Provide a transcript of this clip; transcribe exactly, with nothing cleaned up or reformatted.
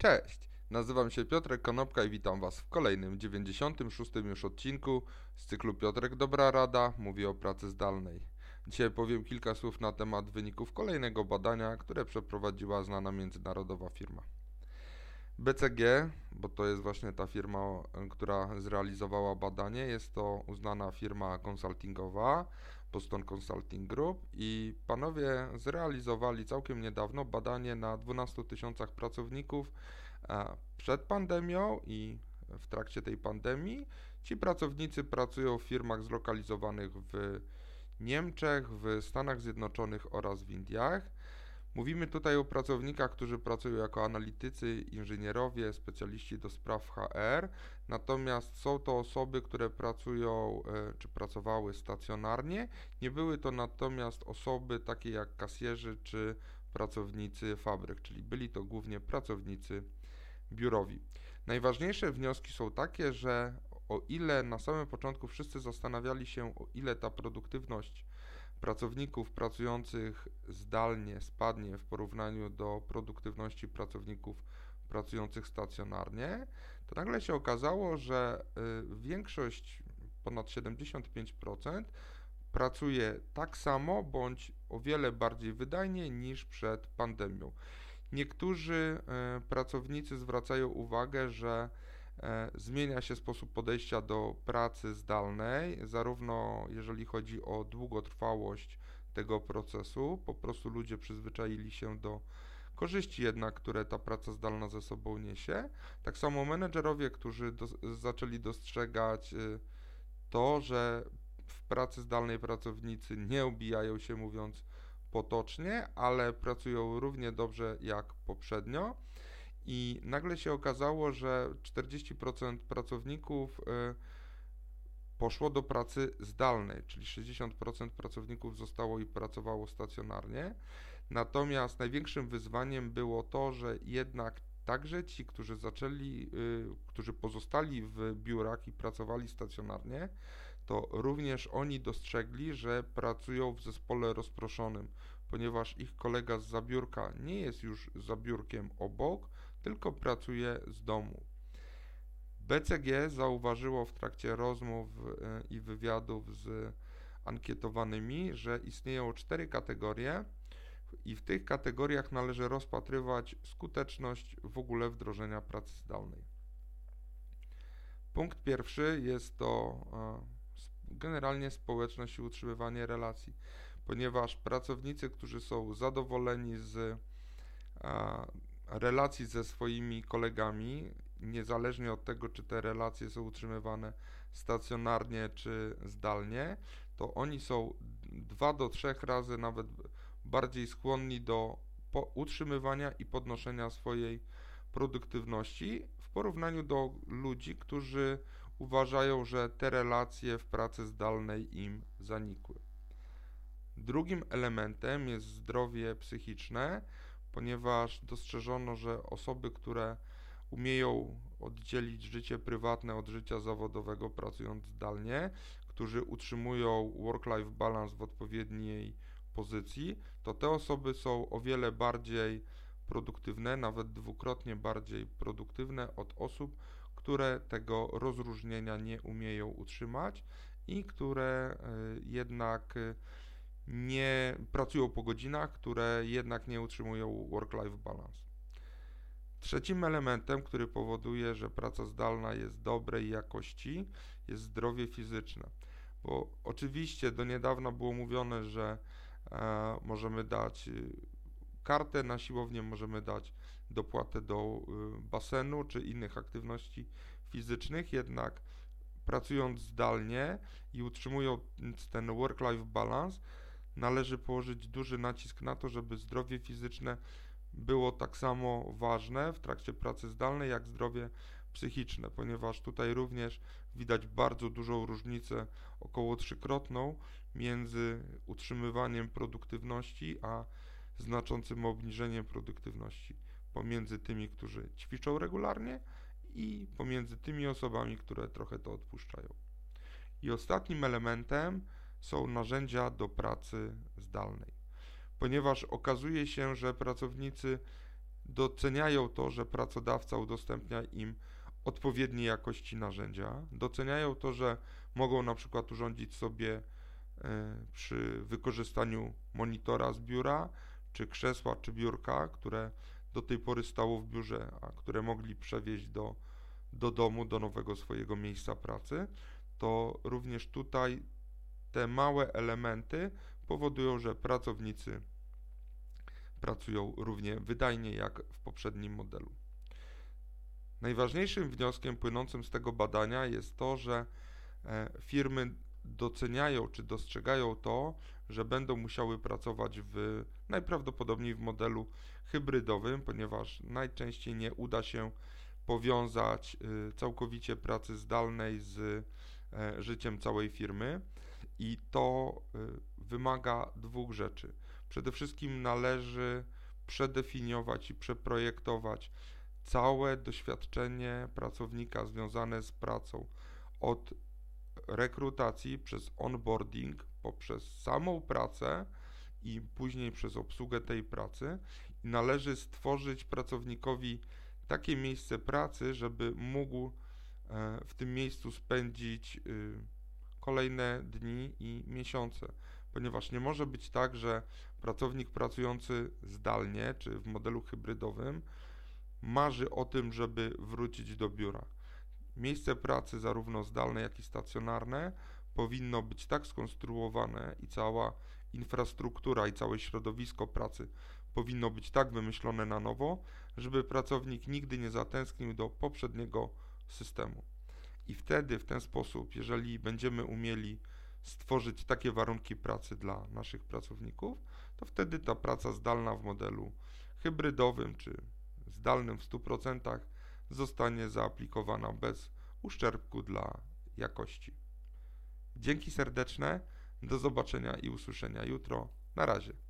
Cześć, nazywam się Piotrek Konopka i witam Was w kolejnym, dziewięćdziesiątym szóstym już odcinku z cyklu Piotrek Dobra Rada mówi o pracy zdalnej. Dzisiaj powiem kilka słów na temat wyników kolejnego badania, które przeprowadziła znana międzynarodowa firma. B C G, bo to jest właśnie ta firma, która zrealizowała badanie, jest to uznana firma konsultingowa, Boston Consulting Group, i panowie zrealizowali całkiem niedawno badanie na dwunastu tysiącach pracowników przed pandemią i w trakcie tej pandemii. Ci pracownicy pracują w firmach zlokalizowanych w Niemczech, w Stanach Zjednoczonych oraz w Indiach. Mówimy tutaj o pracownikach, którzy pracują jako analitycy, inżynierowie, specjaliści do spraw H R, natomiast są to osoby, które pracują czy pracowały stacjonarnie. Nie były to natomiast osoby takie jak kasjerzy czy pracownicy fabryk, czyli byli to głównie pracownicy biurowi. Najważniejsze wnioski są takie, że o ile na samym początku wszyscy zastanawiali się, o ile ta produktywność pracowników pracujących zdalnie spadnie w porównaniu do produktywności pracowników pracujących stacjonarnie, to nagle się okazało, że większość, ponad siedemdziesiąt pięć procent, pracuje tak samo bądź o wiele bardziej wydajnie niż przed pandemią. Niektórzy pracownicy zwracają uwagę, że zmienia się sposób podejścia do pracy zdalnej, zarówno jeżeli chodzi o długotrwałość tego procesu, po prostu ludzie przyzwyczaili się do korzyści jednak, które ta praca zdalna ze sobą niesie. Tak samo menedżerowie, którzy do, zaczęli dostrzegać to, że w pracy zdalnej pracownicy nie ubijają się, mówiąc potocznie, ale pracują równie dobrze jak poprzednio. I nagle się okazało, że czterdzieści procent pracowników poszło do pracy zdalnej, czyli sześćdziesiąt procent pracowników zostało i pracowało stacjonarnie. Natomiast największym wyzwaniem było to, że jednak także ci, którzy zaczęli, którzy pozostali w biurach i pracowali stacjonarnie, to również oni dostrzegli, że pracują w zespole rozproszonym, ponieważ ich kolega z zabiórka nie jest już za biurkiem obok, tylko pracuje z domu. B C G zauważyło w trakcie rozmów i wywiadów z ankietowanymi, że istnieją cztery kategorie i w tych kategoriach należy rozpatrywać skuteczność w ogóle wdrożenia pracy zdalnej. Punkt pierwszy jest to generalnie społeczność i utrzymywanie relacji, ponieważ pracownicy, którzy są zadowoleni z relacji ze swoimi kolegami, niezależnie od tego, czy te relacje są utrzymywane stacjonarnie czy zdalnie, to oni są dwa do trzech razy nawet bardziej skłonni do utrzymywania i podnoszenia swojej produktywności w porównaniu do ludzi, którzy uważają, że te relacje w pracy zdalnej im zanikły. Drugim elementem jest zdrowie psychiczne, ponieważ dostrzeżono, że osoby, które umieją oddzielić życie prywatne od życia zawodowego pracując zdalnie, którzy utrzymują work-life balance w odpowiedniej pozycji, to te osoby są o wiele bardziej produktywne, nawet dwukrotnie bardziej produktywne od osób, które tego rozróżnienia nie umieją utrzymać i które jednak nie pracują po godzinach, które jednak nie utrzymują work-life balance. Trzecim elementem, który powoduje, że praca zdalna jest dobrej jakości, jest zdrowie fizyczne. Bo oczywiście do niedawna było mówione, że e, możemy dać kartę na siłownię, możemy dać dopłatę do y, basenu czy innych aktywności fizycznych, jednak pracując zdalnie i utrzymując ten work-life balance, należy położyć duży nacisk na to, żeby zdrowie fizyczne było tak samo ważne w trakcie pracy zdalnej jak zdrowie psychiczne, ponieważ tutaj również widać bardzo dużą różnicę, około trzykrotną, między utrzymywaniem produktywności a znaczącym obniżeniem produktywności pomiędzy tymi, którzy ćwiczą regularnie i pomiędzy tymi osobami, które trochę to odpuszczają. I ostatnim elementem są narzędzia do pracy zdalnej, ponieważ okazuje się, że pracownicy doceniają to, że pracodawca udostępnia im odpowiedniej jakości narzędzia, doceniają to, że mogą na przykład urządzić sobie przy wykorzystaniu monitora z biura, czy krzesła, czy biurka, które do tej pory stało w biurze, a które mogli przewieźć do, do domu, do nowego swojego miejsca pracy, to również tutaj te małe elementy powodują, że pracownicy pracują równie wydajnie jak w poprzednim modelu. Najważniejszym wnioskiem płynącym z tego badania jest to, że firmy doceniają czy dostrzegają to, że będą musiały pracować w najprawdopodobniej w modelu hybrydowym, ponieważ najczęściej nie uda się powiązać całkowicie pracy zdalnej z życiem całej firmy i to wymaga dwóch rzeczy. Przede wszystkim należy przedefiniować i przeprojektować całe doświadczenie pracownika związane z pracą od rekrutacji przez onboarding, poprzez samą pracę i później przez obsługę tej pracy. I należy stworzyć pracownikowi takie miejsce pracy, żeby mógł w tym miejscu spędzić kolejne dni i miesiące, ponieważ nie może być tak, że pracownik pracujący zdalnie czy w modelu hybrydowym marzy o tym, żeby wrócić do biura. Miejsce pracy zarówno zdalne, jak i stacjonarne powinno być tak skonstruowane i cała infrastruktura i całe środowisko pracy powinno być tak wymyślone na nowo, żeby pracownik nigdy nie zatęsknił do poprzedniego systemu. I wtedy, w ten sposób, jeżeli będziemy umieli stworzyć takie warunki pracy dla naszych pracowników, to wtedy ta praca zdalna w modelu hybrydowym czy zdalnym w stu procentach zostanie zaaplikowana bez uszczerbku dla jakości. Dzięki serdeczne, do zobaczenia i usłyszenia jutro. Na razie.